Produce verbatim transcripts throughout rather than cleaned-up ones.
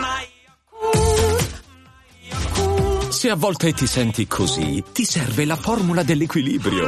Se a volte ti senti così, ti serve la formula dell'equilibrio.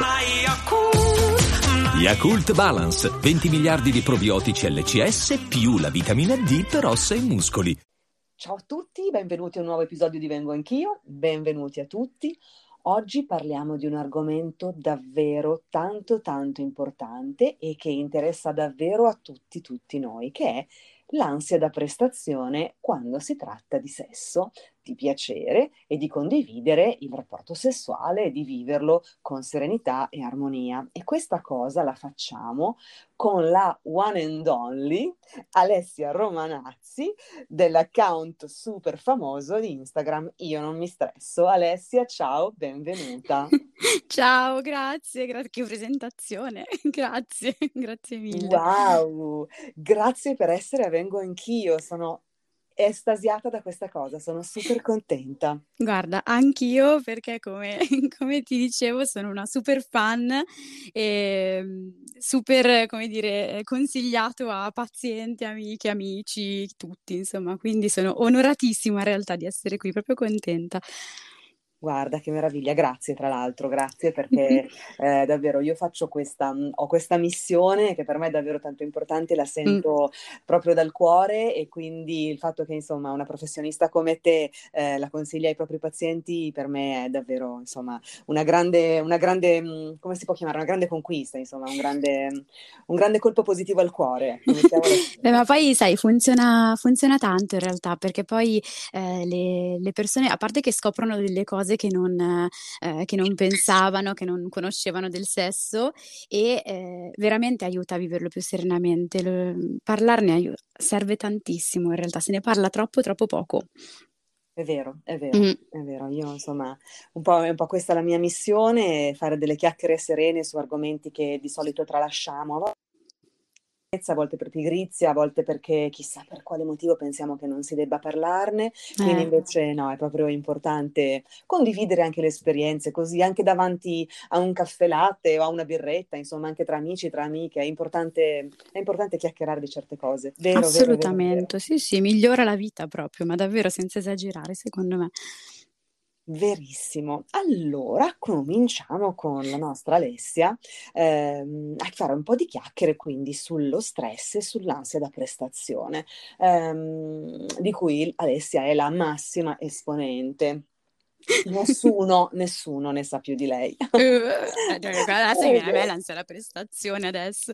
Yakult Balance, venti miliardi di probiotici L C S più la vitamina D per ossa e muscoli. Ciao a tutti, benvenuti a un nuovo episodio di Vengo Anch'io, benvenuti a tutti. Oggi parliamo di un argomento davvero tanto tanto importante e che interessa davvero a tutti tutti noi, che è l'ansia da prestazione quando si tratta di sesso, di piacere e di condividere il rapporto sessuale e di viverlo con serenità e armonia. E questa cosa la facciamo con la one and only Alessia Romanazzi dell'account super famoso di Instagram Io non mi stresso. Alessia, ciao, benvenuta. Ciao, grazie, gra- che presentazione, grazie, grazie mille. Wow, grazie per essere a Vengo Anch'io, sono estasiata da questa cosa, sono super contenta. Guarda, anch'io perché come, come ti dicevo sono una super fan e super, come dire, consigliato a pazienti, amiche, amici, tutti, insomma, quindi sono onoratissima in realtà di essere qui, proprio contenta. Guarda che meraviglia, grazie tra l'altro, grazie perché eh, davvero io faccio questa, mh, ho questa missione che per me è davvero tanto importante, la sento proprio dal cuore e quindi il fatto che insomma una professionista come te eh, la consiglia ai propri pazienti per me è davvero insomma una grande, una grande, mh, come si può chiamare, una grande conquista, insomma un grande, un grande colpo positivo al cuore. Ecco, mettiamola così. Beh, ma poi sai, funziona, funziona tanto in realtà, perché poi eh, le, le persone, a parte che scoprono delle cose che non, eh, che non pensavano, che non conoscevano del sesso, e eh, veramente aiuta a viverlo più serenamente. Lo- parlarne aiuta, serve tantissimo in realtà, se ne parla troppo, troppo poco. È vero, è vero, Mm. è vero. Io insomma, un po', è un po' questa la mia missione, fare delle chiacchiere serene su argomenti che di solito tralasciamo. A volte per pigrizia, a volte perché chissà per quale motivo pensiamo che non si debba parlarne, quindi Eh. invece no, è proprio importante condividere anche le esperienze, così anche davanti a un caffè latte o a una birretta, insomma anche tra amici, tra amiche, è importante, è importante chiacchierare di certe cose, vero, vero, vero, vero. Assolutamente, sì, sì, migliora la vita proprio, ma davvero senza esagerare, secondo me. Verissimo. Allora, cominciamo con la nostra Alessia ehm, a fare un po' di chiacchiere quindi sullo stress e sull'ansia da prestazione, ehm, di cui Alessia è la massima esponente. Nessuno, nessuno ne sa più di lei. Uh, adesso mi viene a me l'ansia da prestazione adesso.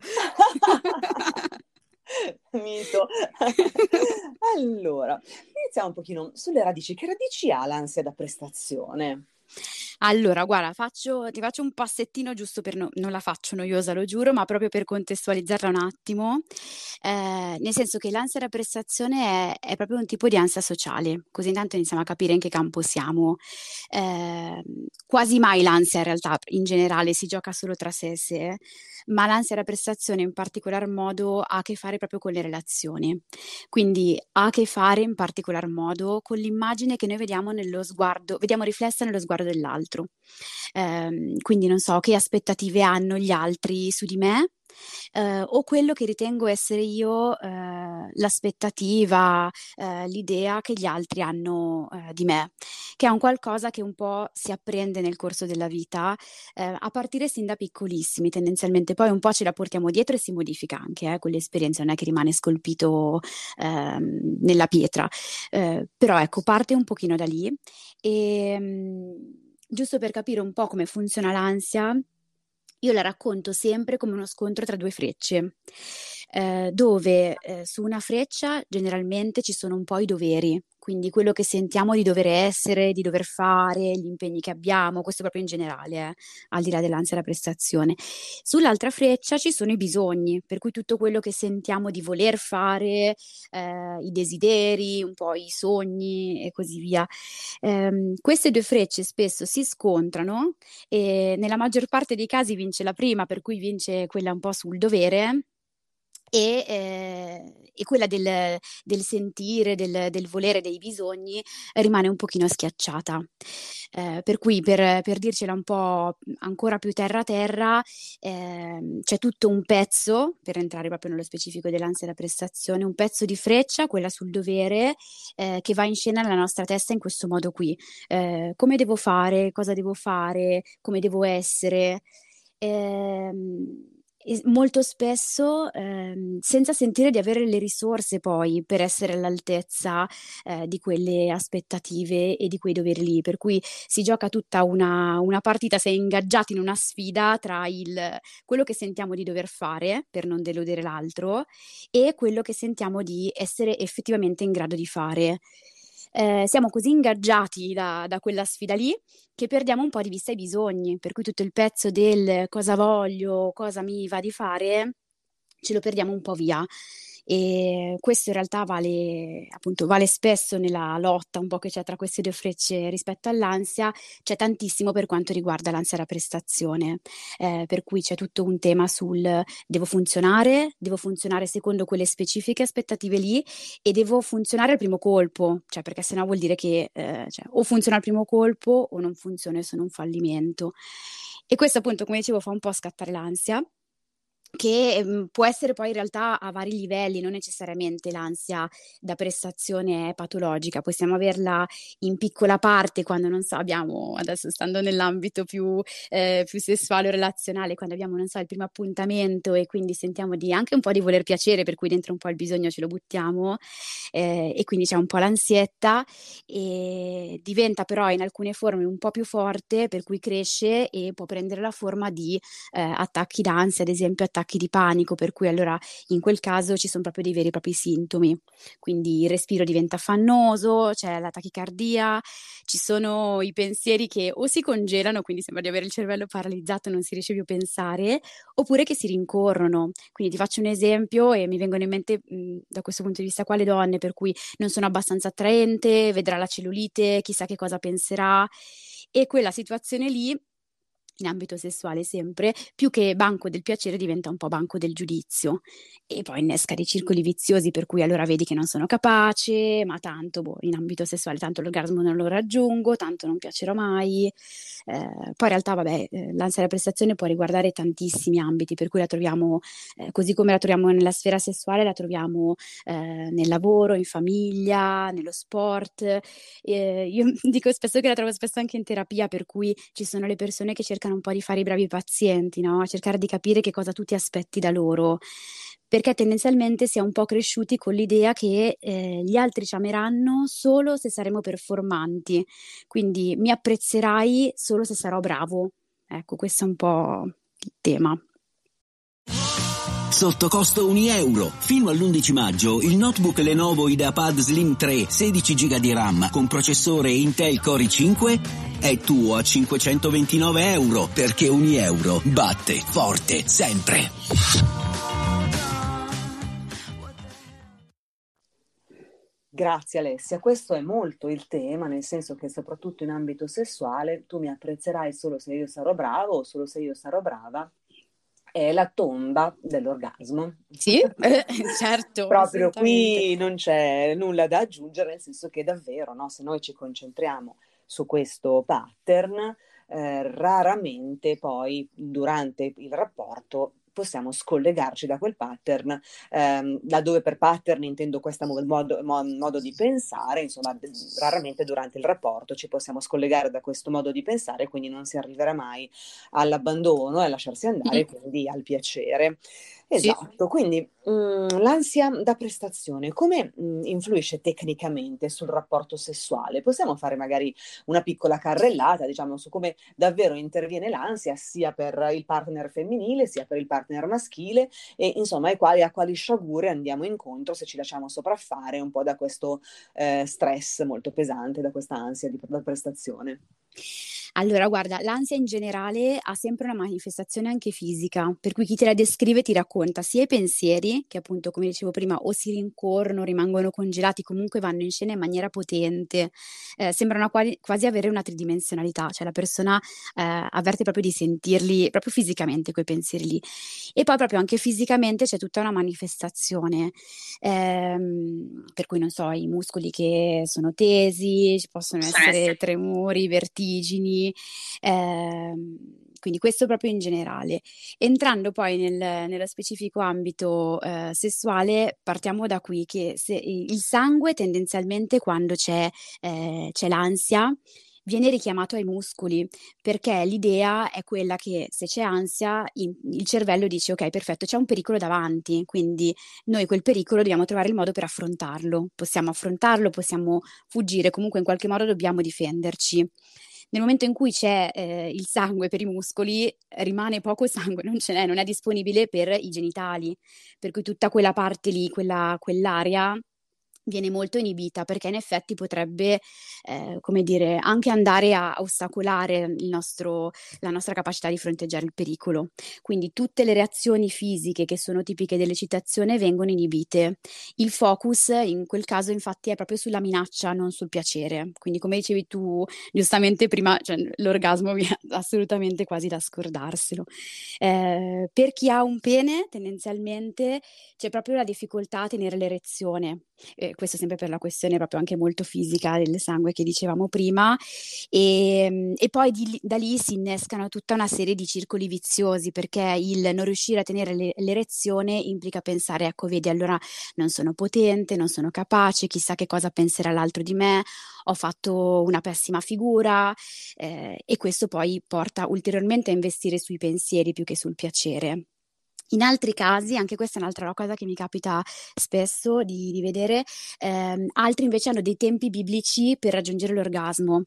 Mito. Allora, iniziamo un pochino sulle radici. Che radici ha l'ansia da prestazione? Allora, guarda, faccio, ti faccio un passettino giusto per no- non la faccio noiosa, lo giuro, ma proprio per contestualizzarla un attimo, eh, nel senso che l'ansia da prestazione è, è proprio un tipo di ansia sociale, così intanto iniziamo a capire in che campo siamo. Eh, quasi mai l'ansia in realtà in generale si gioca solo tra sé e sé, ma l'ansia da prestazione in particolar modo ha a che fare proprio con le relazioni. Quindi ha a che fare in particolar modo con l'immagine che noi vediamo nello sguardo, vediamo riflessa nello sguardo dell'altro. Ehm, quindi non so che aspettative hanno gli altri su di me. Eh, o quello che ritengo essere io, eh, l'aspettativa, eh, l'idea che gli altri hanno eh, di me, che è un qualcosa che un po' si apprende nel corso della vita, eh, a partire sin da piccolissimi tendenzialmente, poi un po' ce la portiamo dietro e si modifica anche, eh, quell'esperienza non è che rimane scolpito ehm, nella pietra, eh, però ecco parte un pochino da lì e mh, giusto per capire un po' come funziona l'ansia. Io la racconto sempre come uno scontro tra due frecce, eh, dove eh, su una freccia generalmente ci sono un po' i doveri, quindi quello che sentiamo di dover essere, di dover fare, gli impegni che abbiamo, questo proprio in generale, eh, al di là dell'ansia da prestazione. Sull'altra freccia ci sono i bisogni, per cui tutto quello che sentiamo di voler fare, eh, i desideri, un po' i sogni e così via. Ehm, queste due frecce spesso si scontrano e nella maggior parte dei casi vince la prima, per cui vince quella un po' sul dovere, e, eh, e quella del, del sentire, del, del volere, dei bisogni rimane un pochino schiacciata. Eh, per cui per, per dircela un po' ancora più terra terra, eh, c'è tutto un pezzo, per entrare proprio nello specifico dell'ansia da prestazione, un pezzo di Freccia, quella sul dovere, eh, che va in scena nella nostra testa in questo modo qui. Eh, come devo fare, cosa devo fare, come devo essere. Ehm, e molto spesso ehm, senza sentire di avere le risorse poi per essere all'altezza eh, di quelle aspettative e di quei doveri lì, per cui si gioca tutta una, una partita, sei ingaggiati in una sfida tra il, quello che sentiamo di dover fare per non deludere l'altro e quello che sentiamo di essere effettivamente in grado di fare. Eh, siamo così ingaggiati da, da quella sfida lì che perdiamo un po' di vista i bisogni, per cui tutto il pezzo del cosa voglio, cosa mi va di fare, ce lo perdiamo un po' via. E questo in realtà vale, appunto, vale spesso nella lotta un po' che c'è tra queste due frecce rispetto all'ansia, c'è tantissimo per quanto riguarda l'ansia da prestazione, eh, per cui c'è tutto un tema sul devo funzionare, devo funzionare secondo quelle specifiche aspettative lì e devo funzionare al primo colpo, cioè perché sennò vuol dire che eh, cioè, o funziona al primo colpo o non funziona e sono un fallimento. E questo appunto, come dicevo, fa un po' scattare l'ansia, che mh, può essere poi in realtà a vari livelli, non necessariamente l'ansia da prestazione è patologica, possiamo averla in piccola parte quando, non so, abbiamo, adesso stando nell'ambito più, eh, più sessuale o relazionale, quando abbiamo, non so, il primo appuntamento e quindi sentiamo di anche un po' di voler piacere, per cui dentro un po' il bisogno ce lo buttiamo, eh, e quindi c'è un po' l'ansietta e diventa però in alcune forme un po' più forte, per cui cresce e può prendere la forma di eh, attacchi d'ansia, ad esempio attacchi di panico, per cui allora in quel caso ci sono proprio dei veri e propri sintomi, quindi il respiro diventa affannoso, c'è la tachicardia, ci sono i pensieri che o si congelano, quindi sembra di avere il cervello paralizzato, non si riesce più a pensare, oppure che si rincorrono. Quindi ti faccio un esempio e mi vengono in mente mh, da questo punto di vista qua le donne, per cui non sono abbastanza attraente, vedrà la cellulite, chissà che cosa penserà, e quella situazione lì in ambito sessuale sempre, più che banco del piacere diventa un po' banco del giudizio e poi innesca dei circoli viziosi, per cui allora vedi che non sono capace, ma tanto boh, in ambito sessuale tanto l'orgasmo non lo raggiungo, tanto non piacerò mai. Eh, poi in realtà vabbè, eh, l'ansia da prestazione può riguardare tantissimi ambiti, per cui la troviamo eh, così come la troviamo nella sfera sessuale, la troviamo eh, nel lavoro, in famiglia, nello sport. Eh, io dico spesso che la trovo spesso anche in terapia, per cui ci sono le persone che cercano un po' di fare i bravi pazienti, no? Cercare di capire che cosa tu ti aspetti da loro, perché tendenzialmente si è un po' cresciuti con l'idea che eh, gli altri ci ameranno solo se saremo performanti, quindi mi apprezzerai solo se sarò bravo. Ecco, questo è un po' il tema. Sotto costo un euro. Fino all'undici maggio il notebook Lenovo IdeaPad Slim tre sedici giga di RAM con processore Intel Core i cinque è tuo a cinquecentoventinove euro, perché un euro batte forte sempre. Grazie Alessia, questo è molto il tema, nel senso che soprattutto in ambito sessuale tu mi apprezzerai solo se io sarò bravo o solo se io sarò brava. È la tomba dell'orgasmo. Sì, eh, certo. Proprio qui non c'è nulla da aggiungere, nel senso che davvero, no, se noi ci concentriamo su questo pattern, eh, raramente poi durante il rapporto possiamo scollegarci da quel pattern, ehm, laddove per pattern intendo questo modo, modo di pensare, insomma, raramente durante il rapporto ci possiamo scollegare da questo modo di pensare, quindi non si arriverà mai all'abbandono e a lasciarsi andare, mm. quindi al piacere. Esatto, sì. Quindi mh, l'ansia da prestazione come mh, influisce tecnicamente sul rapporto sessuale? Possiamo fare magari una piccola carrellata, diciamo, su come davvero interviene l'ansia sia per il partner femminile sia per il partner maschile e insomma ai quali, a quali sciagure andiamo incontro se ci lasciamo sopraffare un po' da questo eh, stress molto pesante, da questa ansia di, da prestazione. Allora, guarda, l'ansia in generale ha sempre una manifestazione anche fisica, per cui chi te la descrive ti racconta sia i pensieri, che appunto, come dicevo prima, o si rincorrono, rimangono congelati, comunque vanno in scena in maniera potente, eh, sembrano quasi, quasi avere una tridimensionalità, cioè la persona eh, avverte proprio di sentirli proprio fisicamente quei pensieri lì. E poi proprio anche fisicamente c'è tutta una manifestazione, ehm, per cui non so, i muscoli che sono tesi, ci possono essere tremori, vertigini, ehm, quindi questo proprio in generale. Entrando poi nel- nello specifico ambito eh, sessuale, partiamo da qui, che se, il sangue tendenzialmente quando c'è, eh, c'è l'ansia viene richiamato ai muscoli, perché l'idea è quella che se c'è ansia in- il cervello dice ok, perfetto, c'è un pericolo davanti, quindi noi quel pericolo dobbiamo trovare il modo per affrontarlo. Possiamo affrontarlo, possiamo fuggire, comunque in qualche modo dobbiamo difenderci. Nel momento in cui c'è eh, il sangue per i muscoli, rimane poco sangue, non ce n'è, non è disponibile per i genitali, per cui tutta quella parte lì, quella, quell'area viene molto inibita perché in effetti potrebbe, eh, come dire, anche andare a ostacolare il nostro, la nostra capacità di fronteggiare il pericolo. Quindi tutte le reazioni fisiche che sono tipiche dell'eccitazione vengono inibite. Il focus in quel caso infatti è proprio sulla minaccia, non sul piacere. Quindi come dicevi tu giustamente prima, cioè, l'orgasmo viene assolutamente quasi da scordarselo. Eh, per chi ha un pene, tendenzialmente c'è proprio la difficoltà a tenere l'erezione. Eh, questo sempre per la questione proprio anche molto fisica del sangue che dicevamo prima, e, e poi di, da lì si innescano tutta una serie di circoli viziosi, perché il non riuscire a tenere le, l'erezione implica pensare, ecco vedi, allora non sono potente, non sono capace, chissà che cosa penserà l'altro di me, ho fatto una pessima figura, eh, e questo poi porta ulteriormente a investire sui pensieri più che sul piacere. In altri casi, anche questa è un'altra cosa che mi capita spesso di, di vedere, ehm, altri invece hanno dei tempi biblici per raggiungere l'orgasmo.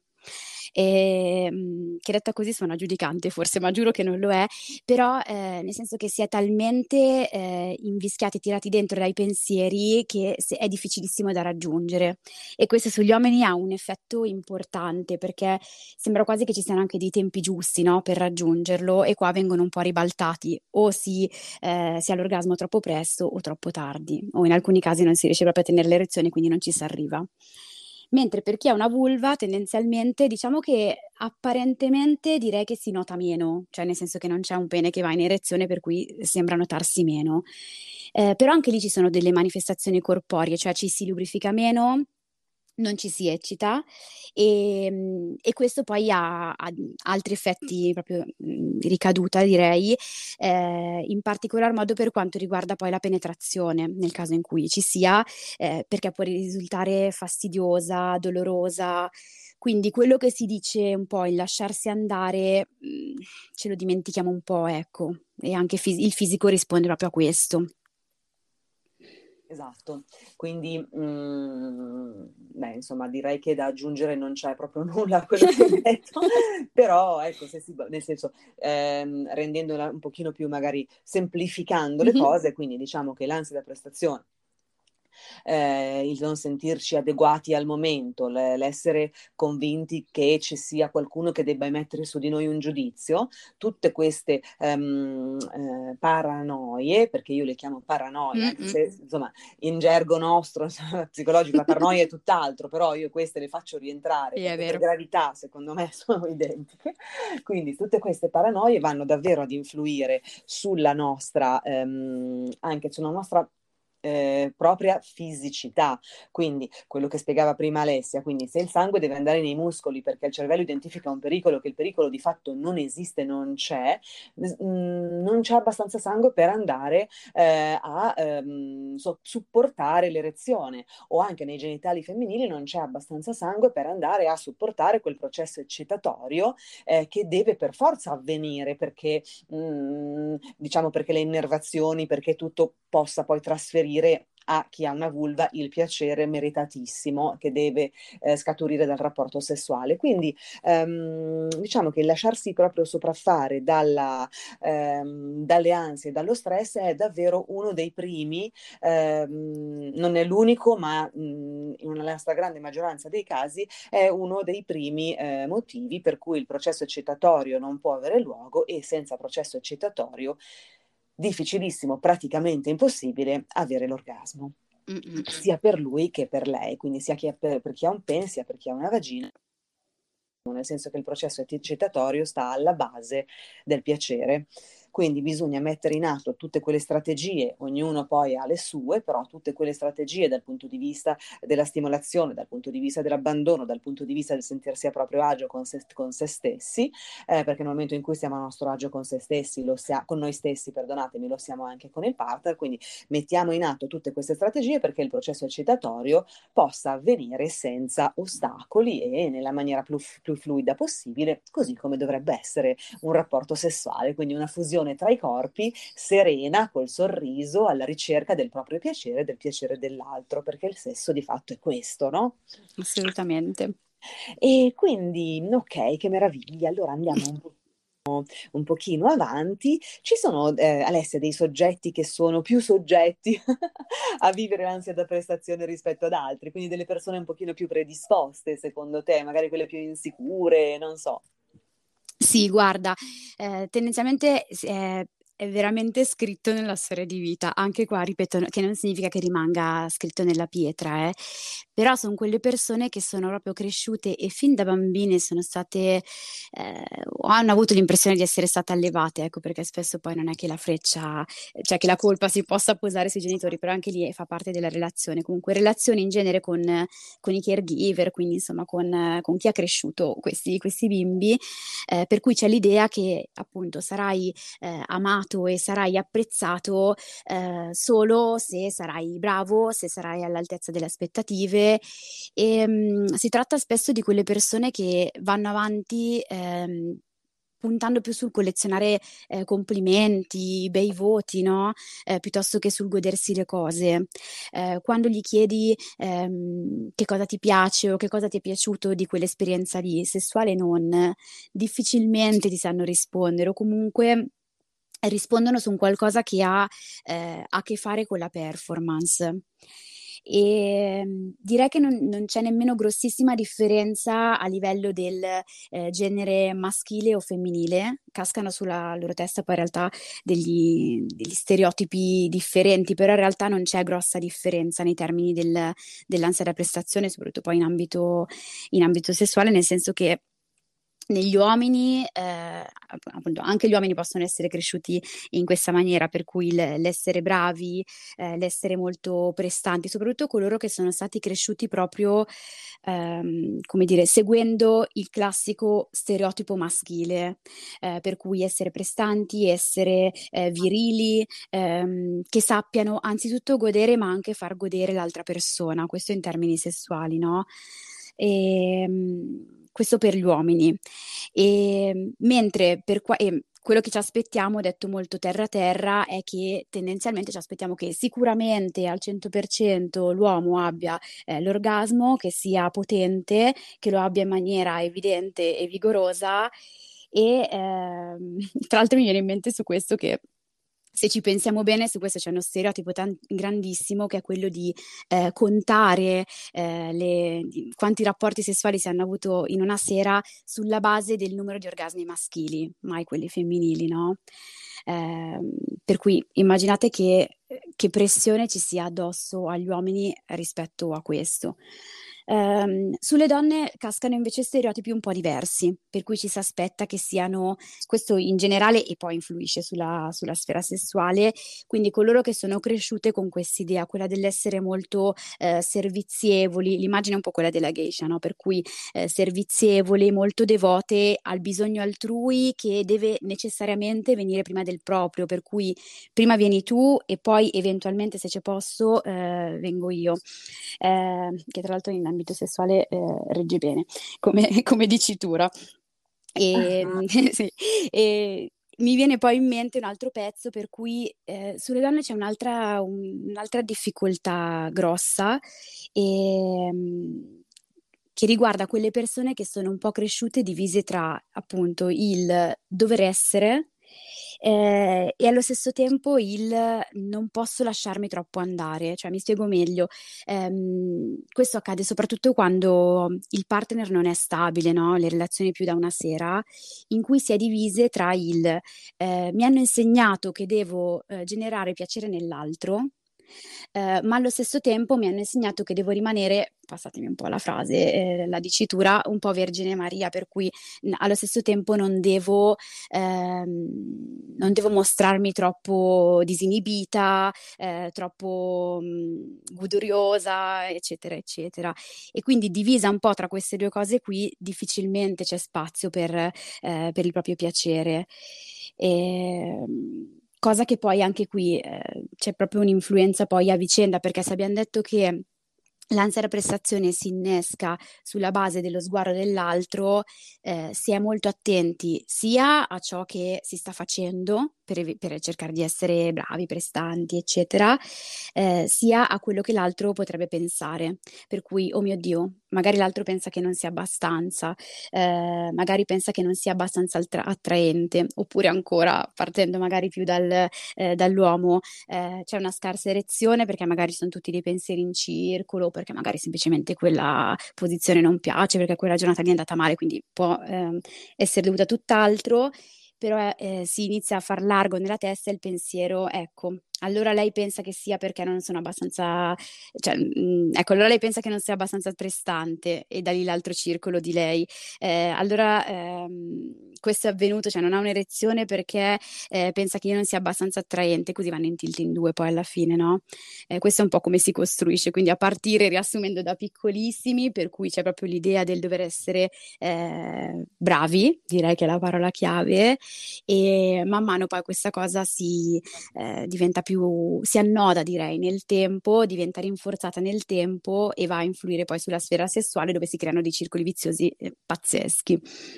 E, mh, che detta così suona giudicante forse, ma giuro che non lo è, però eh, nel senso che si è talmente eh, invischiati, tirati dentro dai pensieri che se- è difficilissimo da raggiungere, e questo sugli uomini ha un effetto importante perché sembra quasi che ci siano anche dei tempi giusti, no, per raggiungerlo, e qua vengono un po' ribaltati, o si eh, sia l'orgasmo troppo presto o troppo tardi, o in alcuni casi non si riesce proprio a tenere l'erezione, quindi non ci si arriva. Mentre per chi ha una vulva, tendenzialmente diciamo che apparentemente direi che si nota meno, cioè nel senso che non c'è un pene che va in erezione per cui sembra notarsi meno. Eh, però anche lì ci sono delle manifestazioni corporee, cioè ci si lubrifica meno, non ci si eccita, e, e questo poi ha, ha altri effetti proprio mh, di ricaduta, direi, eh, in particolar modo per quanto riguarda poi la penetrazione, nel caso in cui ci sia, eh, perché può risultare fastidiosa, dolorosa. Quindi quello che si dice un po' il lasciarsi andare, mh, ce lo dimentichiamo un po', ecco, e anche fis- il fisico risponde proprio a questo. Esatto, quindi mm, beh, insomma direi che da aggiungere non c'è proprio nulla a quello che hai detto, però ecco, se si, nel senso ehm, rendendola un pochino più magari semplificando le Mhm. cose, quindi diciamo che l'ansia da prestazione, eh, il non sentirci adeguati al momento, l- l'essere convinti che ci sia qualcuno che debba emettere su di noi un giudizio, tutte queste ehm, eh, paranoie, perché io le chiamo paranoie, anche Mm-mm. se insomma in gergo nostro insomma, psicologico la paranoia è tutt'altro, però io queste le faccio rientrare Sì, è perché per vero. gravità secondo me sono identiche, quindi tutte queste paranoie vanno davvero ad influire sulla nostra, ehm, anche sulla nostra eh, propria fisicità. Quindi quello che spiegava prima Alessia, quindi se il sangue deve andare nei muscoli perché il cervello identifica un pericolo, che il pericolo di fatto non esiste, non c'è, mh, non c'è abbastanza sangue per andare eh, a ehm, so- supportare l'erezione, o anche nei genitali femminili non c'è abbastanza sangue per andare a supportare quel processo eccitatorio eh, che deve per forza avvenire perché mh, diciamo perché le innervazioni, perché tutto possa poi trasferire a chi ha una vulva il piacere meritatissimo che deve eh, scaturire dal rapporto sessuale. Quindi ehm, diciamo che lasciarsi proprio sopraffare dalla, ehm, dalle ansie e dallo stress è davvero uno dei primi, ehm, non è l'unico, ma mh, in una stragrande maggioranza dei casi è uno dei primi eh, motivi per cui il processo eccitatorio non può avere luogo, e senza processo eccitatorio difficilissimo, praticamente impossibile avere l'orgasmo, Mm-mm. sia per lui che per lei, quindi sia chi ha, per, per chi ha un pene sia per chi ha una vagina, nel senso che il processo eccitatorio sta alla base del piacere. Quindi bisogna mettere in atto tutte quelle strategie, ognuno poi ha le sue, però tutte quelle strategie dal punto di vista della stimolazione, dal punto di vista dell'abbandono, dal punto di vista del sentirsi a proprio agio con se, con se stessi, eh, perché nel momento in cui siamo a nostro agio con se stessi, lo sia, con noi stessi, perdonatemi, lo siamo anche con il partner, quindi mettiamo in atto tutte queste strategie perché il processo eccitatorio possa avvenire senza ostacoli e nella maniera più, più fluida possibile, così come dovrebbe essere un rapporto sessuale, quindi una fusione tra i corpi serena, col sorriso, alla ricerca del proprio piacere e del piacere dell'altro, perché il sesso di fatto è questo, no? Assolutamente. E quindi, ok, che meraviglia, allora andiamo un po' un pochino avanti. Ci sono, eh, Alessia, dei soggetti che sono più soggetti a vivere l'ansia da prestazione rispetto ad altri, quindi delle persone un pochino più predisposte, secondo te, magari quelle più insicure, non so. Sì, guarda, eh, tendenzialmente eh, è veramente scritto nella storia di vita, anche qua ripeto che non significa che rimanga scritto nella pietra, eh, però sono quelle persone che sono proprio cresciute e fin da bambine sono state, eh, o hanno avuto l'impressione di essere state allevate, ecco, perché spesso poi non è che la freccia, cioè che la colpa si possa posare sui genitori, però anche lì fa parte della relazione, comunque relazioni in genere con, con i caregiver, quindi insomma con, con chi ha cresciuto questi, questi bimbi. Eh, per cui c'è l'idea che appunto sarai eh, amato e sarai apprezzato eh, solo se sarai bravo, se sarai all'altezza delle aspettative, e mh, si tratta spesso di quelle persone che vanno avanti ehm, puntando più sul collezionare eh, complimenti, bei voti, no? Eh, piuttosto che sul godersi le cose. Eh, quando gli chiedi ehm, che cosa ti piace o che cosa ti è piaciuto di quell'esperienza lì, sessuale non, difficilmente ti sanno rispondere, o comunque rispondono su un qualcosa che ha eh, a che fare con la performance. E mh, direi che non, non c'è nemmeno grossissima differenza a livello del eh, genere maschile o femminile, cascano sulla loro testa poi in realtà degli, degli stereotipi differenti, però in realtà non c'è grossa differenza nei termini del, dell'ansia da prestazione, soprattutto poi in ambito, in ambito sessuale, nel senso che negli uomini, eh, appunto, anche gli uomini possono essere cresciuti in questa maniera, per cui l- l'essere bravi, eh, l'essere molto prestanti, soprattutto coloro che sono stati cresciuti proprio, ehm, come dire, seguendo il classico stereotipo maschile, eh, per cui essere prestanti, essere eh, virili, ehm, che sappiano anzitutto godere, ma anche far godere l'altra persona, questo in termini sessuali, no? E, questo per gli uomini. E, mentre per qua, e quello che ci aspettiamo, detto molto terra terra, è che tendenzialmente ci aspettiamo che sicuramente al cento per cento l'uomo abbia eh, l'orgasmo, che sia potente, che lo abbia in maniera evidente e vigorosa. E ehm, tra l'altro mi viene in mente su questo che, se ci pensiamo bene, su questo c'è uno stereotipo tan- grandissimo, che è quello di eh, contare eh, le- di quanti rapporti sessuali si hanno avuto in una sera sulla base del numero di orgasmi maschili, mai quelli femminili, no? Ehm, per cui immaginate che, che pressione ci sia addosso agli uomini rispetto a questo. Ehm, sulle donne cascano invece stereotipi un po' diversi, per cui ci si aspetta che siano, questo in generale e poi influisce sulla, sulla sfera sessuale, quindi coloro che sono cresciute con quest'idea, quella dell'essere molto eh, servizievoli, l'immagine è un po' quella della geisha, no? Per cui eh, servizievoli, molto devote al bisogno altrui, che deve necessariamente venire prima del proprio, per cui prima vieni tu e poi eventualmente, se c'è posto, eh, vengo io, eh, che tra l'altro in ambito sessuale eh, regge bene come, come dicitura. E, sì, e, mi viene poi in mente un altro pezzo per cui eh, sulle donne c'è un'altra, un- un'altra difficoltà grossa e, mm, che riguarda quelle persone che sono un po' cresciute divise tra appunto il dover essere eh, e allo stesso tempo il non posso lasciarmi troppo andare. Cioè, mi spiego meglio. Ehm, questo accade soprattutto quando il partner non è stabile, no? Le relazioni più da una sera, in cui si è divise tra il eh, mi hanno insegnato che devo eh, generare piacere nell'altro, eh, ma allo stesso tempo mi hanno insegnato che devo rimanere, passatemi un po' la frase, eh, la dicitura, un po' Vergine Maria, per cui n- allo stesso tempo non devo, ehm, non devo mostrarmi troppo disinibita, eh, troppo mh, goduriosa, eccetera, eccetera. E quindi divisa un po' tra queste due cose qui, difficilmente c'è spazio per, eh, per il proprio piacere. E, cosa che poi anche qui eh, c'è proprio un'influenza poi a vicenda, perché se abbiamo detto che l'ansia da prestazione si innesca sulla base dello sguardo dell'altro, eh, si è molto attenti sia a ciò che si sta facendo per, ev- per cercare di essere bravi, prestanti, eccetera, eh, sia a quello che l'altro potrebbe pensare. Per cui, oh mio Dio, magari l'altro pensa che non sia abbastanza, eh, magari pensa che non sia abbastanza altra- attraente, oppure ancora, partendo magari più dal, eh, dall'uomo, eh, c'è una scarsa erezione perché magari sono tutti dei pensieri in circolo, perché magari semplicemente quella posizione non piace, perché quella giornata gli è andata male, quindi può ehm, essere dovuta a tutt'altro, però eh, si inizia a far largo nella testa il pensiero, ecco, allora lei pensa che sia perché non sono abbastanza, cioè, mh, ecco, allora lei pensa che non sia abbastanza prestante e da lì l'altro circolo di lei. Eh, allora ehm, questo è avvenuto, cioè non ha un'erezione perché eh, pensa che io non sia abbastanza attraente, così vanno in tilt in due poi alla fine, no? Eh, questo è un po' come si costruisce, quindi a partire, riassumendo, da piccolissimi, per cui c'è proprio l'idea del dover essere eh, bravi, direi che è la parola chiave, e man mano poi questa cosa si eh, diventa più, si annoda, direi, nel tempo, diventa rinforzata nel tempo e va a influire poi sulla sfera sessuale, dove si creano dei circoli viziosi eh, pazzeschi.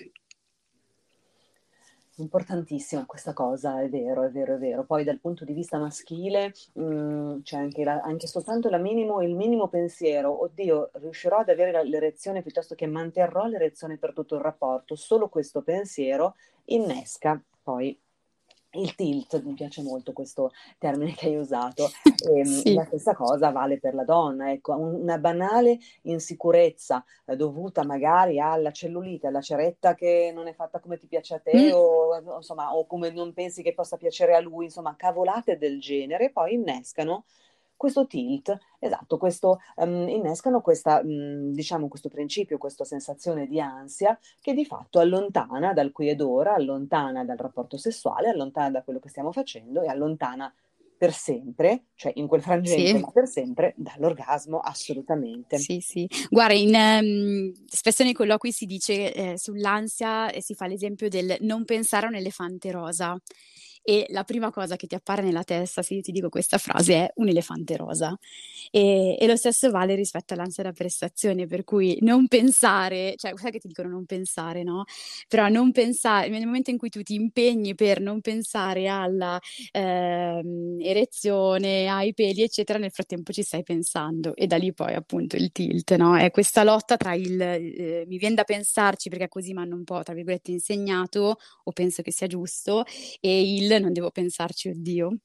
Importantissima questa cosa, è vero, è vero, è vero. Poi dal punto di vista maschile, mh, c'è anche, la- anche soltanto la minimo- il minimo pensiero, oddio, riuscirò ad avere la- l'erezione piuttosto che manterrò l'erezione per tutto il rapporto. Solo questo pensiero innesca poi il tilt, mi piace molto questo termine che hai usato. E, Sì. la stessa cosa vale per la donna, ecco, un- una banale insicurezza eh, dovuta magari alla cellulite, alla ceretta che non è fatta come ti piace a te Mm. o, insomma, o come non pensi che possa piacere a lui, insomma, cavolate del genere, poi innescano questo tilt, esatto, questo, ehm, innescano questa, mh, diciamo, questo principio, questa sensazione di ansia che di fatto allontana dal qui ed ora, allontana dal rapporto sessuale, allontana da quello che stiamo facendo e allontana per sempre, cioè in quel frangente, Sì. ma per sempre, dall'orgasmo, assolutamente. Sì, sì. Guarda, in, ehm, spesso nei colloqui si dice eh, sull'ansia e si fa l'esempio del non pensare a un elefante rosa. E la prima cosa che ti appare nella testa, se io ti dico questa frase, è un elefante rosa. E, e lo stesso vale rispetto all'ansia da prestazione, per cui non pensare, cioè, sai che ti dicono non pensare, no? Però non pensare, nel momento in cui tu ti impegni per non pensare alla ehm, erezione, ai peli, eccetera, nel frattempo ci stai pensando e da lì poi appunto il tilt, no? È questa lotta tra il eh, mi viene da pensarci perché così mi hanno un po', tra virgolette, insegnato o penso che sia giusto e il non devo pensarci, oddio.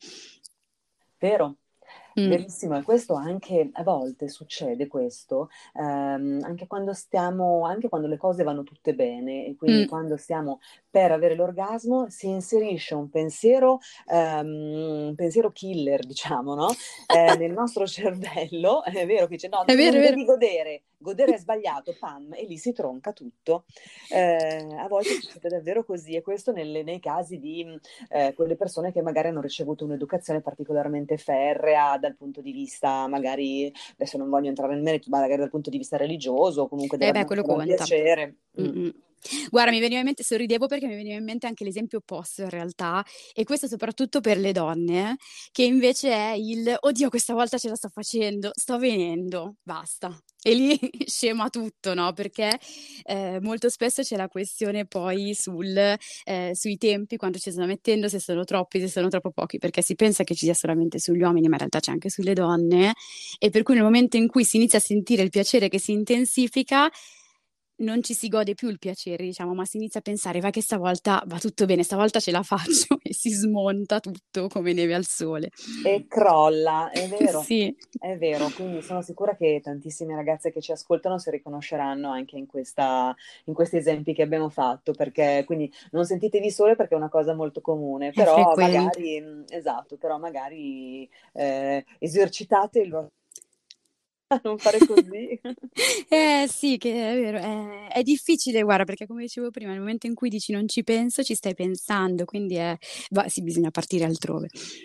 Vero? Mm, Verissimo, e questo anche a volte succede questo, ehm, anche quando stiamo, anche quando le cose vanno tutte bene e quindi mm. quando stiamo per avere l'orgasmo si inserisce un pensiero, ehm, un pensiero killer, diciamo, no? Eh, nel nostro cervello, è vero che dice no, È non, vero, non è vero. devi godere, godere è sbagliato, pam, e lì si tronca tutto. Eh, a volte succede davvero così e questo nelle- nei casi di eh, quelle persone che magari hanno ricevuto un'educazione particolarmente ferrea dal punto di vista, magari, adesso non voglio entrare nel merito, ma magari dal punto di vista religioso o comunque Eh della beh, quello danza del conta. piacere. Mm. Mm-mm. Guarda, mi veniva in mente, sorridevo perché mi veniva in mente anche l'esempio opposto in realtà, e questo soprattutto per le donne, che invece è il: "Oddio, questa volta ce la sto facendo, sto venendo, basta." E lì scema tutto, no, perché, ehm, molto spesso c'è la questione poi sul ehm, sui tempi, quanto ci stanno mettendo, se sono troppi, se sono troppo pochi, perché si pensa che ci sia solamente sugli uomini, ma in realtà c'è anche sulle donne, e per cui nel momento in cui si inizia a sentire il piacere che si intensifica, non ci si gode più il piacere, diciamo, ma si inizia a pensare: "Vai che stavolta va tutto bene, stavolta ce la faccio", e si smonta tutto come neve al sole. E crolla, è vero, Sì. è vero. Quindi sono sicura che tantissime ragazze che ci ascoltano si riconosceranno anche in questa in questi esempi che abbiamo fatto, perché quindi non sentitevi sole perché è una cosa molto comune, È però frequente. magari mhmm, esatto, però magari, ehm, esercitate il vo a non fare così. Eh sì, che è vero, è è difficile guarda, perché come dicevo prima, nel momento in cui dici: "Non ci penso", ci stai pensando, quindi è va sì, bisogna partire altrove.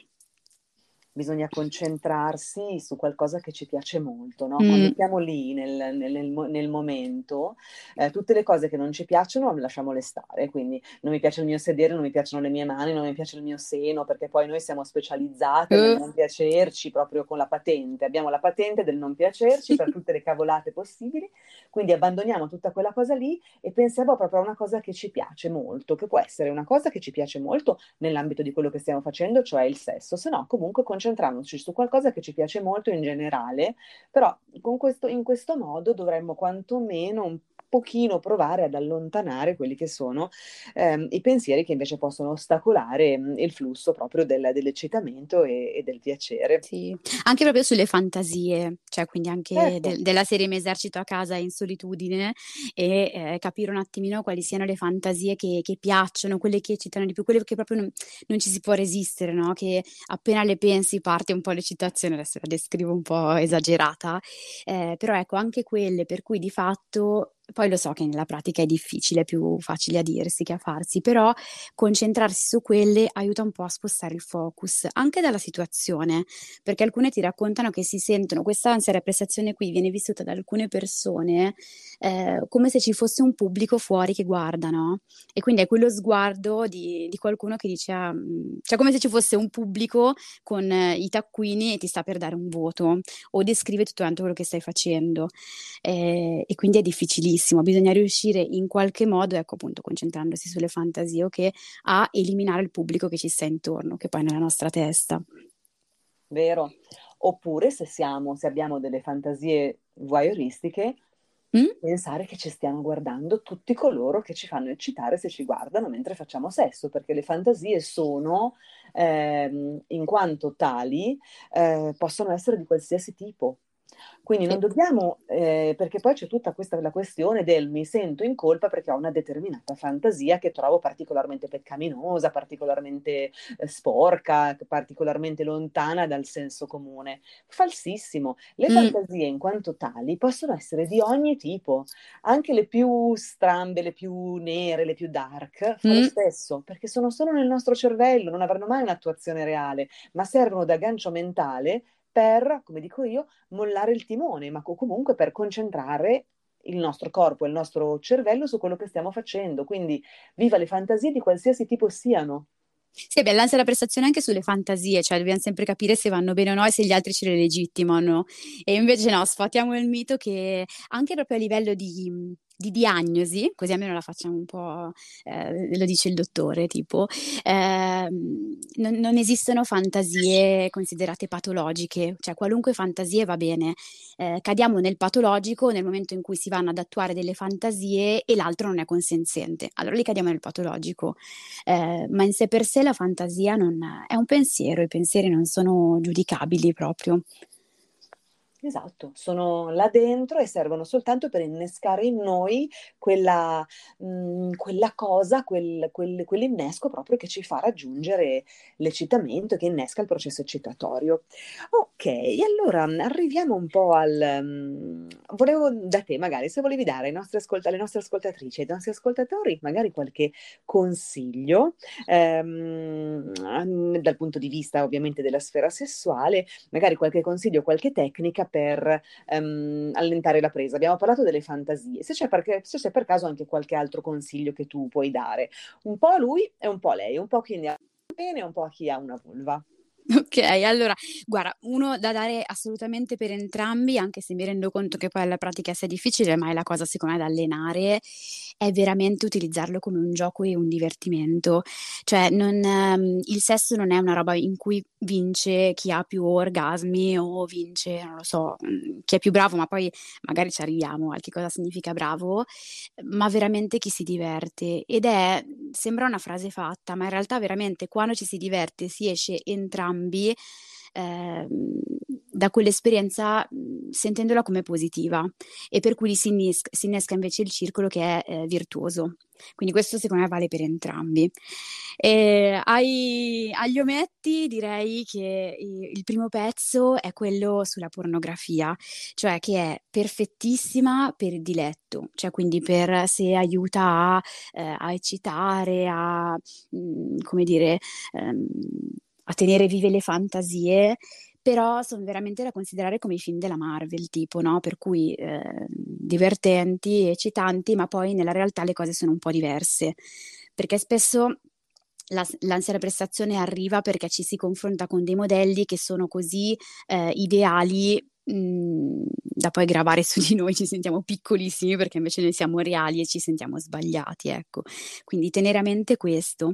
Bisogna concentrarsi su qualcosa che ci piace molto, no, quando Mh. siamo lì nel nel nel mo nel momento, ehm, tutte le cose che non ci piacciono lasciamole stare. Quindi non mi piace il mio sedere, non mi piacciono le mie mani, non mi piace il mio seno, perché poi noi siamo specializzate nel Uh. non piacerci proprio con la patente. Abbiamo la patente del non piacerci per tutte le cavolate possibili, quindi abbandoniamo tutta quella cosa lì e pensiamo proprio a una cosa che ci piace molto, che può essere una cosa che ci piace molto nell'ambito di quello che stiamo facendo, cioè il sesso, se no comunque concentrandoci su qualcosa che ci piace molto in generale, però con questo in questo modo dovremmo quantomeno un pochino provare ad allontanare quelli che sono, ehm, i pensieri che invece possono ostacolare, mhmm, il flusso proprio del dell'eccitamento e e del piacere. Sì, anche proprio sulle fantasie, cioè quindi anche Certo. del della serie mi esercito a casa in solitudine e, ehm, capire un attimino quali siano le fantasie che che piacciono, quelle che eccitano di più, quelle che proprio non non ci si può resistere, no, che appena le pensi parte un po' l'eccitazione, adesso la descrivo un po' esagerata, ehm, però ecco anche quelle per cui di fatto poi lo so che nella pratica è difficile, è più facile a dirsi che a farsi, però concentrarsi su quelle aiuta un po' a spostare il focus, anche dalla situazione, perché alcune ti raccontano che si sentono questa ansia da prestazione qui viene vissuta da alcune persone, ehm, come se ci fosse un pubblico fuori che guarda, no, e quindi è quello sguardo di di qualcuno che dice a mhmm, cioè come se ci fosse un pubblico con eh, i taccuini e ti sta per dare un voto, o descrive tutto quanto quello che stai facendo. Ehm, e quindi è difficilissimo, bisogna riuscire in qualche modo, ecco appunto concentrandosi sulle fantasie o che, a eliminare il pubblico che ci sta intorno, che poi è nella nostra testa. Vero. Oppure se siamo se abbiamo delle fantasie voyeuristiche, Mh? pensare che ci stiano guardando tutti coloro che ci fanno eccitare se ci guardano mentre facciamo sesso, perché le fantasie sono, ehm, in quanto tali, ehm, possono essere di qualsiasi tipo. Quindi non Sì. dobbiamo ehm, perché poi c'è tutta questa la questione del: mi sento in colpa perché ho una determinata fantasia che trovo particolarmente peccaminosa, particolarmente, ehm, sporca, particolarmente lontana dal senso comune. Falsissimo. Le Mh. fantasie in quanto tali possono essere di ogni tipo, anche le più strambe, le più nere, le più dark, fa lo Mh. stesso, perché sono solo nel nostro cervello, non avranno mai un'attuazione reale, ma servono da gancio mentale per, come dico io, mollare il timone, ma co comunque per concentrare il nostro corpo e il nostro cervello su quello che stiamo facendo. Quindi viva le fantasie di qualsiasi tipo siano. Sì, beh, l'ansia da prestazione anche sulle fantasie, cioè dobbiam sempre capire se vanno bene o no e se gli altri ce le legittimano. E invece no, sfatiamo il mito che anche proprio a livello di mhmm, di diagnosi, così almeno la facciamo un po' ehm, lo dice il dottore tipo, ehm, non non esistono fantasie considerate patologiche, cioè qualunque fantasia va bene. Ehm, cadiamo nel patologico nel momento in cui si vanno ad attuare delle fantasie e l'altro non è consenziente. Allora lì cadiamo nel patologico. Ehm, ma in sé per sé la fantasia non è un pensiero, i pensieri non sono giudicabili proprio. Esatto, sono là dentro e servono soltanto per innescare in noi quella mhmm, quella cosa, quel quel quell'innesco proprio che ci fa raggiungere l'eccitamento e che innesca il processo eccitatorio. Okay, allora arriviamo un po' al mhmm, volevo da te magari, se volevi dare ai nostri ascolta alle nostre ascoltatrici, ai nostri ascoltatori magari qualche consiglio, ehm, dal punto di vista ovviamente della sfera sessuale, magari qualche consiglio, qualche tecnica per ehm, allentare la presa. Abbiamo parlato delle fantasie. Se c'è, per, se c'è per caso anche qualche altro consiglio che tu puoi dare, un po' a lui e un po' a lei, un po' a chi ne ha bene e un po' a chi ha una vulva. Ok, allora, guarda, uno da dare assolutamente per entrambi, anche se mi rendo conto che poi alla pratica sia difficile, ma è la cosa secondo me da allenare, è veramente utilizzarlo come un gioco e un divertimento. Cioè, non, ehm, il sesso non è una roba in cui vince chi ha più orgasmi o vince, non lo so, mm, chi è più bravo, ma poi magari ci arriviamo a che cosa significa bravo, ma veramente chi si diverte. Ed è, sembra una frase fatta, ma in realtà veramente quando ci si diverte si esce entrambi ehm, da quell'esperienza mh, sentendola come positiva, e per cui si innesca, si innesca invece il circolo che è eh, virtuoso. Quindi questo secondo me vale per entrambi. E ai- agli ometti direi che i- il primo pezzo è quello sulla pornografia, cioè che è perfettissima per il diletto, cioè quindi per se aiuta a, eh, a eccitare, a, mh, come dire, ehm, a tenere vive le fantasie, però sono veramente da considerare come i film della Marvel, tipo, no? Per cui eh, divertenti, eccitanti, ma poi nella realtà le cose sono un po' diverse, perché spesso la- l'ansia da prestazione arriva perché ci si confronta con dei modelli che sono così eh, ideali mh, da poi gravare su di noi, ci sentiamo piccolissimi perché invece noi siamo reali e ci sentiamo sbagliati, ecco. Quindi tenere a mente questo.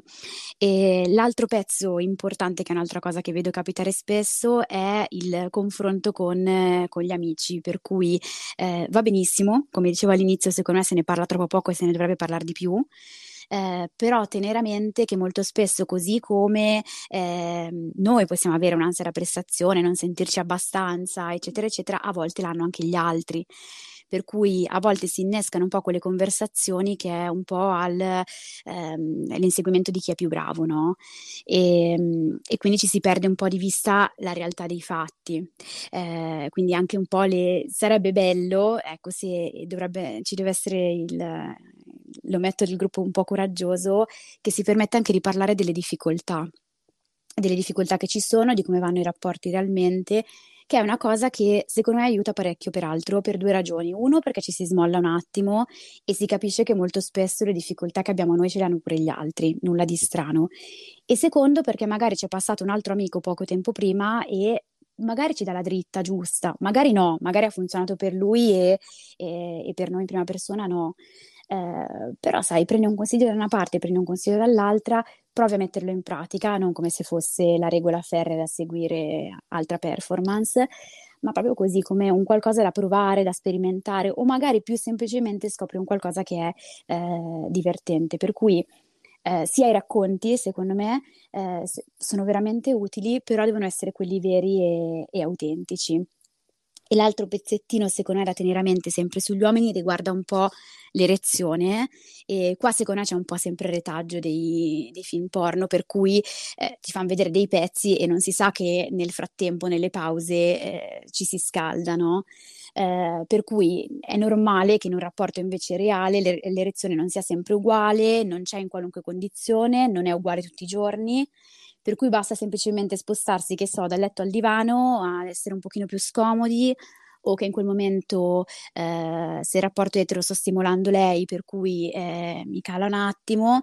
E l'altro pezzo importante, che è un'altra cosa che vedo capitare spesso, è il confronto con, eh, con gli amici, per cui eh, va benissimo, come dicevo all'inizio, secondo me se ne parla troppo poco e se ne dovrebbe parlare di più. Eh, però tenere a mente che molto spesso, così come eh, noi possiamo avere un'ansia da prestazione, non sentirci abbastanza, eccetera, eccetera, a volte l'hanno anche gli altri. Per cui a volte si innescano un po' quelle conversazioni che è un po' al, ehm, all'inseguimento di chi è più bravo, no? E, e quindi ci si perde un po' di vista la realtà dei fatti. Eh, quindi anche un po' le... sarebbe bello, ecco, se dovrebbe, ci deve essere il, lo metto del gruppo un po' coraggioso, che si permette anche di parlare delle difficoltà, delle difficoltà che ci sono, di come vanno i rapporti realmente, che è una cosa che secondo me aiuta parecchio, peraltro, per due ragioni. Uno, perché ci si smolla un attimo e si capisce che molto spesso le difficoltà che abbiamo noi ce le hanno pure gli altri, nulla di strano. E secondo, perché magari c'è passato un altro amico poco tempo prima e magari ci dà la dritta giusta, magari no, magari ha funzionato per lui e, e- e per noi in prima persona no. Eh, però sai, prendi un consiglio da una parte, prendi un consiglio dall'altra, provi a metterlo in pratica, non come se fosse la regola ferrea da seguire altra performance, ma proprio così come un qualcosa da provare, da sperimentare, o magari più semplicemente scopri un qualcosa che è eh, divertente. Per cui eh, sia i racconti, secondo me, eh, s- sono veramente utili, però devono essere quelli veri e, e autentici. E l'altro pezzettino, secondo me, da tenere a mente sempre sugli uomini riguarda un po' l'erezione. E qua secondo me c'è un po' sempre il retaggio dei, dei film porno, per cui eh, ti fanno vedere dei pezzi e non si sa che nel frattempo, nelle pause, eh, ci si scaldano. Eh, per cui è normale che in un rapporto invece reale l'er- l'erezione non sia sempre uguale, non c'è in qualunque condizione, non è uguale tutti i giorni, per cui basta semplicemente spostarsi, che so, dal letto al divano, ad essere un pochino più scomodi, o che in quel momento, eh, se il rapporto etero sto stimolando lei, per cui eh, mi cala un attimo,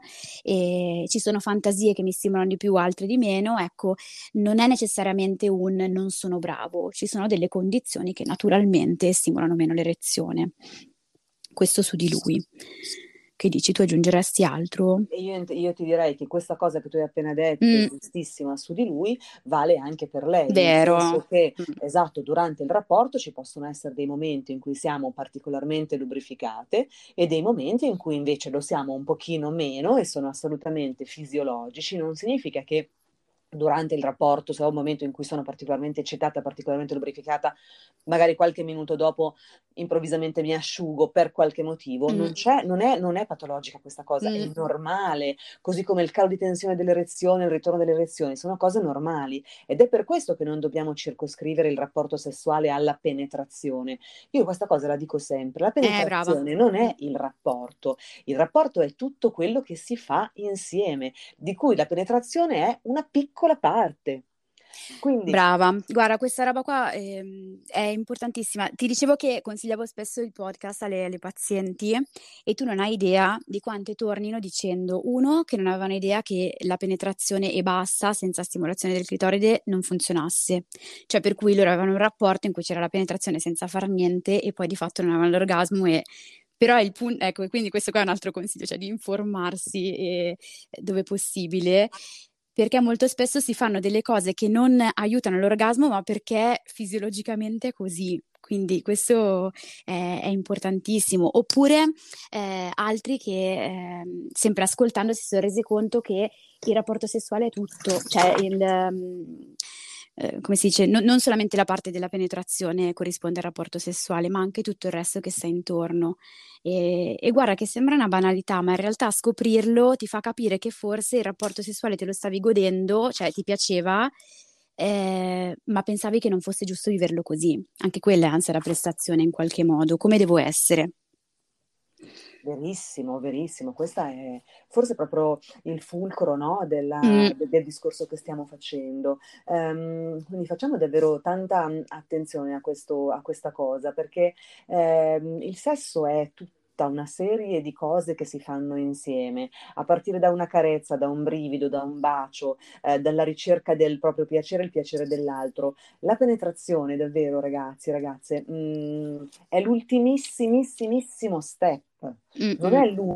e ci sono fantasie che mi stimolano di più, altre di meno, ecco, non è necessariamente un non sono bravo, ci sono delle condizioni che naturalmente stimolano meno l'erezione. Questo su di lui. Che dici, tu aggiungeresti altro? E io, io ti direi che questa cosa che tu hai appena detto, Mm, giustissima su di lui, vale anche per lei, nel vero. senso che, Mm. esatto, durante il rapporto ci possono essere dei momenti in cui siamo particolarmente lubrificate e dei momenti in cui invece lo siamo un pochino meno e sono assolutamente fisiologici. Non significa che durante il rapporto, se ho un momento in cui sono particolarmente eccitata, particolarmente lubrificata, magari qualche minuto dopo improvvisamente mi asciugo per qualche motivo, Mm, non c'è, non è, non è patologica questa cosa, è mm. normale, così come il calo di tensione dell'erezione, il ritorno delle erezioni, sono cose normali ed è per questo che non dobbiamo circoscrivere il rapporto sessuale alla penetrazione. Io questa cosa la dico sempre, la Eh, brava. penetrazione non Mm. è il rapporto, il rapporto è tutto quello che si fa insieme, di cui la penetrazione è una piccola parte. Quindi Brava, guarda, questa roba qua ehm, è importantissima. Ti dicevo che consigliavo spesso il podcast alle, alle pazienti e tu non hai idea di quante tornino dicendo, uno, che non avevano idea che la penetrazione e basta, senza stimolazione del clitoride, non funzionasse. Cioè, per cui loro avevano un rapporto in cui c'era la penetrazione senza far niente e poi di fatto non avevano l'orgasmo e... Però il punto, ecco, quindi questo qua è un altro consiglio, cioè di informarsi e, dove possibile, perché molto spesso si fanno delle cose che non aiutano l'orgasmo, ma perché fisiologicamente è così. Quindi questo è, è importantissimo. Oppure eh, altri che eh, sempre ascoltando si sono resi conto che il rapporto sessuale è tutto, cioè il, um, eh, come si dice, no- non solamente la parte della penetrazione corrisponde al rapporto sessuale, ma anche tutto il resto che sta intorno. E, e guarda che sembra una banalità, ma in realtà scoprirlo ti fa capire che forse il rapporto sessuale te lo stavi godendo, cioè ti piaceva, eh, ma pensavi che non fosse giusto viverlo così. Anche quella è ansia da prestazione in qualche modo. Come devo essere? verissimo, verissimo, questo è forse proprio il fulcro, no, della- Mm, de- del discorso che stiamo facendo. Ehm, quindi facciamo davvero tanta mm, attenzione a questo, a questa cosa, perché ehm, il sesso è tutta una serie di cose che si fanno insieme, a partire da una carezza, da un brivido, da un bacio, eh, dalla ricerca del proprio piacere e il piacere dell'altro. La penetrazione, davvero, ragazzi, ragazze, mm, è l'ultimissimissimo step, mm, non mm. è l'unico,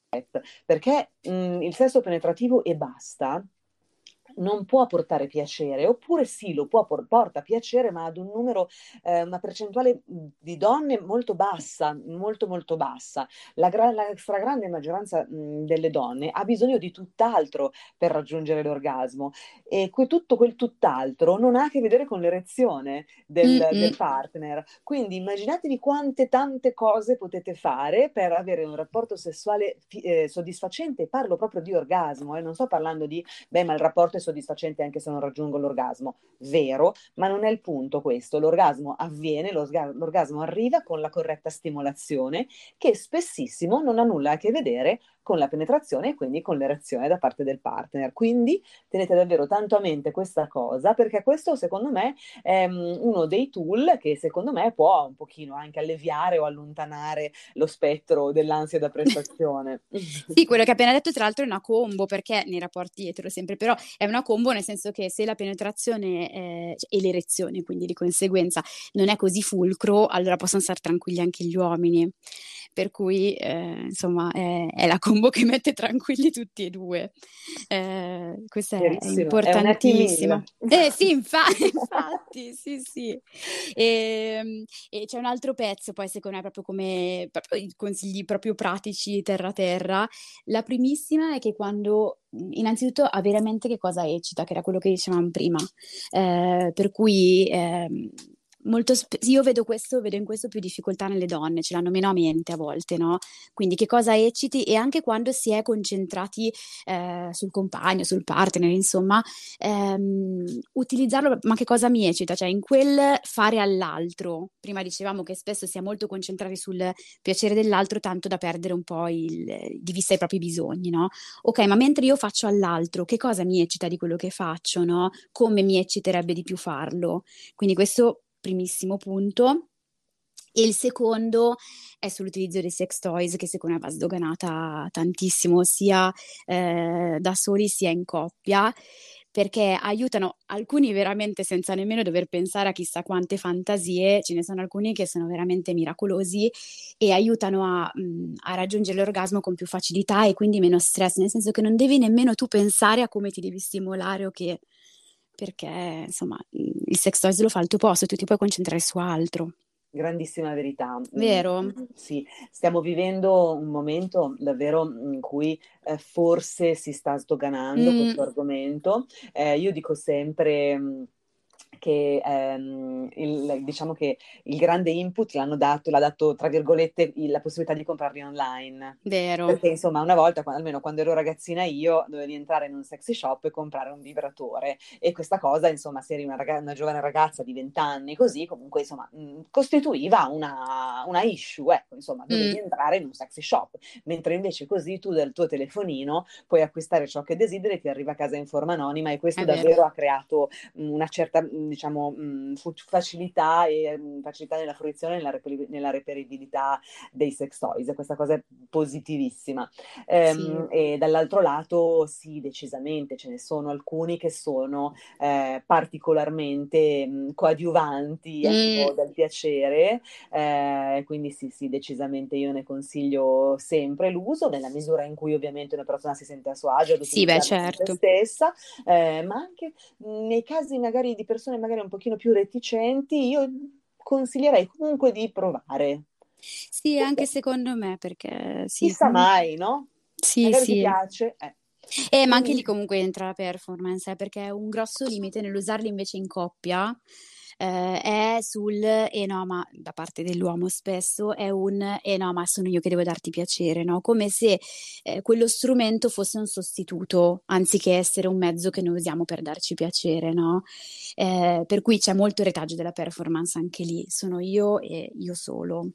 perché mh, il sesso penetrativo e basta non può portare piacere, oppure sì, lo può por- porta piacere, ma ad un numero, eh, una percentuale di donne molto bassa, molto molto bassa. La, gra- la stragrande maggioranza mh, delle donne ha bisogno di tutt'altro per raggiungere l'orgasmo e que- tutto quel tutt'altro non ha a che vedere con l'erezione Mm, del, mm. del partner. Quindi immaginatevi quante tante cose potete fare per avere un rapporto sessuale fi- eh, soddisfacente. Parlo proprio di orgasmo, e eh, non sto parlando di beh, ma il rapporto è soddisfacente anche se non raggiungo l'orgasmo. Vero, ma non è il punto questo. L'orgasmo avviene, l'orga- l'orgasmo arriva con la corretta stimolazione, che spessissimo non ha nulla a che vedere con la penetrazione e quindi con l'erezione da parte del partner. Quindi tenete davvero tanto a mente questa cosa, perché questo secondo me è um, uno dei tool che secondo me può un pochino anche alleviare o allontanare lo spettro dell'ansia da prestazione. Sì, quello che hai appena detto tra l'altro è una combo, perché nei rapporti etero sempre, però è una combo nel senso che se la penetrazione eh, e l'erezione, quindi di conseguenza, non è così fulcro, allora possono stare tranquilli anche gli uomini. Per cui, eh, insomma, è, è la combo che mette tranquilli tutti e due. Eh, questa è, è Verissimo, è un happy importantissima. meal. Eh sì, infa- infatti, sì, sì. E, e c'è un altro pezzo, poi secondo me, proprio come proprio i consigli proprio pratici, terra terra. La primissima è che quando, innanzitutto, avere a mente che cosa eccita, che era quello che dicevamo prima. Eh, per cui ehm, molto sp- io vedo questo, vedo in questo più difficoltà nelle donne, ce l'hanno meno a mente a volte, no? Quindi che cosa ecciti e anche quando si è concentrati eh, sul compagno, sul partner, insomma, ehm, utilizzarlo, ma che cosa mi eccita? Cioè in quel fare all'altro. Prima dicevamo che spesso si è molto concentrati sul piacere dell'altro, tanto da perdere un po' il, di vista i propri bisogni, no? Ok, ma mentre io faccio all'altro, che cosa mi eccita di quello che faccio, no? Come mi ecciterebbe di più farlo? Quindi questo primissimo punto. E il secondo è sull'utilizzo dei sex toys, che secondo me va sdoganata tantissimo, sia eh, da soli sia in coppia, perché aiutano alcuni veramente senza nemmeno dover pensare a chissà quante fantasie, ce ne sono alcuni che sono veramente miracolosi e aiutano a, mh, a raggiungere l'orgasmo con più facilità e quindi meno stress, nel senso che non devi nemmeno tu pensare a come ti devi stimolare o che, perché insomma il sex toys lo fa al tuo posto, tu ti puoi concentrare su altro, Grandissima verità. Mm, vero? sì, stiamo vivendo un momento davvero in cui eh, forse si sta sdoganando questo Mm, argomento. Eh, io dico sempre, mm, che ehm, il, diciamo che il grande input l'hanno dato, l'ha dato tra virgolette il- la possibilità di comprarli online. Vero. Perché insomma una volta, quando- almeno quando ero ragazzina io, dovevi entrare in un sexy shop e comprare un vibratore e questa cosa insomma se eri una, raga- una giovane ragazza di venti anni così comunque insomma mh, costituiva una, una issue, ecco insomma dovevi Mm, entrare in un sexy shop, mentre invece così tu dal tuo telefonino puoi acquistare ciò che desideri e ti arriva a casa in forma anonima e questo è vero. davvero ha creato una certa, diciamo, mh, fu- facilità e mh, facilità nella fruizione e nella, reperi- nella reperibilità dei sex toys. E questa cosa è positivissima. Sì. Ehm, e dall'altro lato, sì, decisamente, ce ne sono alcuni che sono eh, particolarmente mh, coadiuvanti, Mm, ecco, del piacere, eh, quindi sì, sì, decisamente io ne consiglio sempre l'uso, nella misura in cui ovviamente una persona si sente a suo agio ad sì, beh, utilizzarlo con se certo. stessa, eh, ma anche nei casi magari di persone magari un pochino più reticenti, io consiglierei comunque di provare. Sì, anche Perché secondo me, perché sì, chissà comunque. mai, no? Sì, Magari ti sì. piace. Eh. Eh, ma anche lì Quindi comunque entra la performance, eh, perché un grosso limite nell'usarli invece in coppia eh, è sul eh no, ma da parte dell'uomo spesso è un eh no, ma sono io che devo darti piacere, no? Come se eh, quello strumento fosse un sostituto, anziché essere un mezzo che noi usiamo per darci piacere, no? Eh, per cui c'è molto retaggio della performance anche lì, sono io e io solo.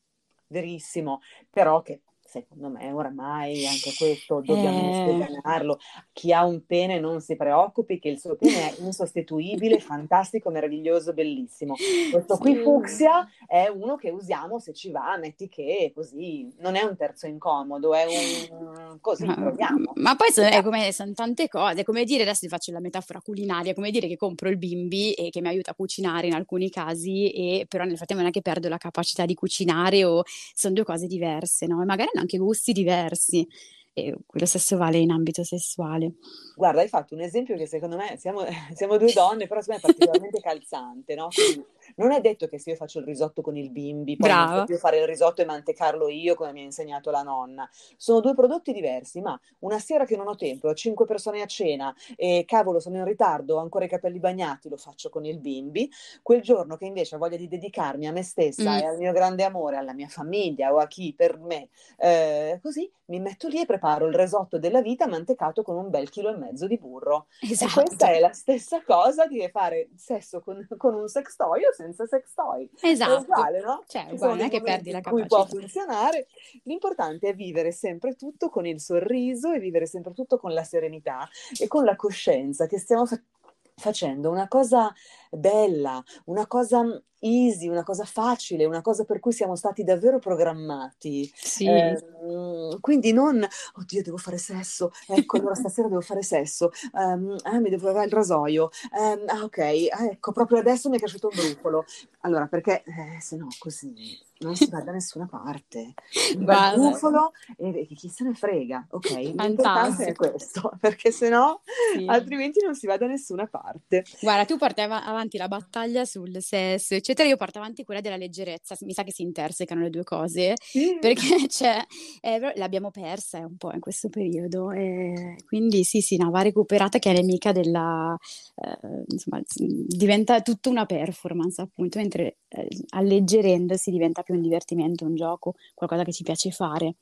verissimo, però che secondo me oramai anche questo dobbiamo Eh... sdoganarlo. Chi ha un pene non si preoccupi che il suo pene è insostituibile, fantastico, meraviglioso, bellissimo. Questo qui Sì. fucsia è uno che usiamo se ci va, metti che così non è un terzo incomodo, è un così, Ah, proviamo. ma poi so è Vediamo. come son tante cose, è come dire adesso ti faccio la metafora culinaria, come dire che compro il bimby e che mi aiuta a cucinare in alcuni casi e però nel frattempo non è che perdo la capacità di cucinare o son due cose diverse, no, e magari hanno anche gusti diversi e quello stesso vale in ambito sessuale. Guarda, hai fatto un esempio che secondo me siamo, siamo due donne, però secondo me è particolarmente calzante, no? Quindi non è detto che se io faccio il risotto con il bimby, poi non so Brava. più fare il risotto e mantecarlo io come mi ha insegnato la nonna. Sono due prodotti diversi, ma una sera che non ho tempo, ho cinque persone a cena e cavolo, sono in ritardo, ho ancora i capelli bagnati, lo faccio con il bimby. Quel giorno che invece ho voglia di dedicarmi a me stessa Mh, e al mio grande amore, alla mia famiglia o a chi per me eh, così mi metto lì e preparo il risotto della vita mantecato con un bel chilo e mezzo di burro. E questa esatto, è la stessa cosa di fare sesso con, con un sex toy o senza sex toy. È esatto. uguale, no? Cioè Ci uguale, sono non dei è che perdi momenti la in cui può capacità. funzionare. L'importante è vivere sempre tutto con il sorriso e vivere sempre tutto con la serenità e con la coscienza che stiamo fa- facendo una cosa bella, una cosa easy, una cosa facile, una cosa per cui siamo stati davvero programmati. Sì, Ehm, quindi non, oddio, devo fare sesso, ecco, allora stasera devo fare sesso, Ehm, ah, mi devo lavare il rasoio, Ehm, ah, ok, ah, ecco, proprio adesso mi è cresciuto un brufolo. Allora, perché eh, se no così non si va da nessuna parte. Un bel guarda, brufolo e, e chi se ne frega, ok? L'importante è fantastico. questo, perché se no Sì. altrimenti non si va da nessuna parte. Guarda, tu porti ava avanti la battaglia sul sesso, eccetera, io porto avanti quella della leggerezza. S mi sa che si intersecano le due cose, Sì. perché c'è eh, però l'abbiamo persa eh, un po' in questo periodo, ehm, quindi sì, sì, no, va recuperata che è nemica della ehm, insomma, s diventa tutto una performance appunto, mentre, ehm, alleggerendosi diventa più un divertimento, un gioco, qualcosa che ci piace fare.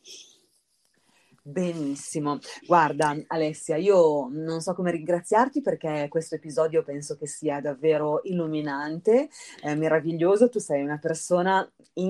Benissimo. Guarda, Alessia, io non so come ringraziarti perché questo episodio penso che sia davvero illuminante, eh, meraviglioso. Tu sei una persona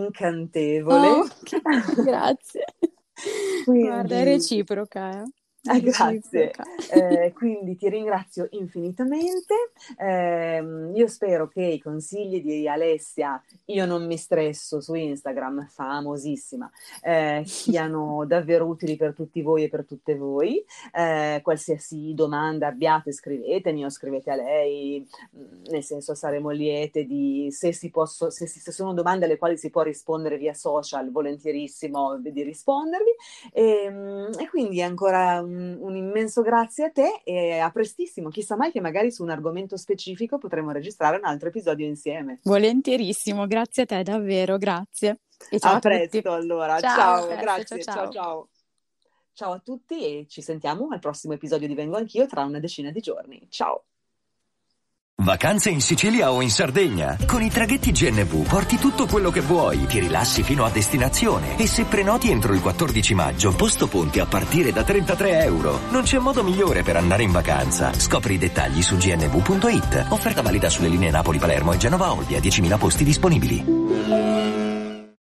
Oh, incantevole. grazie. Guarda, è Quindi reciproca, eh, è Ah, grazie. reciproca. Eh, quindi ti ringrazio infinitamente. Ehm, io spero che i consigli di Alessia, io non mi stresso su Instagram, famosissima, eh, siano davvero utili per tutti voi e per tutte voi. Eh, qualsiasi domanda abbiate, scrivetemi o scrivete a lei, mm, nel senso saremo liete di se si posso, se, si- se sono domande alle quali si può rispondere via social, volentierissimo di rispondervi. E, mm, e quindi ancora un, un immenso grazie a te e a prestissimo. Chissà mai che magari su un argomento specifico potremo registrare un altro episodio insieme. Volentierissimo, grazie a te davvero, grazie. E ciao A a tutti. presto allora, Ciao, a ciao, presto, ciao grazie, ciao ciao. ciao. Ciao a tutti e ci sentiamo al prossimo episodio di Vengo Anch'io tra una decina di giorni. Ciao. Vacanze in Sicilia o in Sardegna? Con i traghetti G N V porti tutto quello che vuoi, ti rilassi fino a destinazione e se prenoti entro il quattordici maggio, posto ponti a partire da trentatré euro. Non c'è modo migliore per andare in vacanza. Scopri i dettagli su g n v punto i t. Offerta valida sulle linee Napoli-Palermo e Genova-Olbia, diecimila posti disponibili.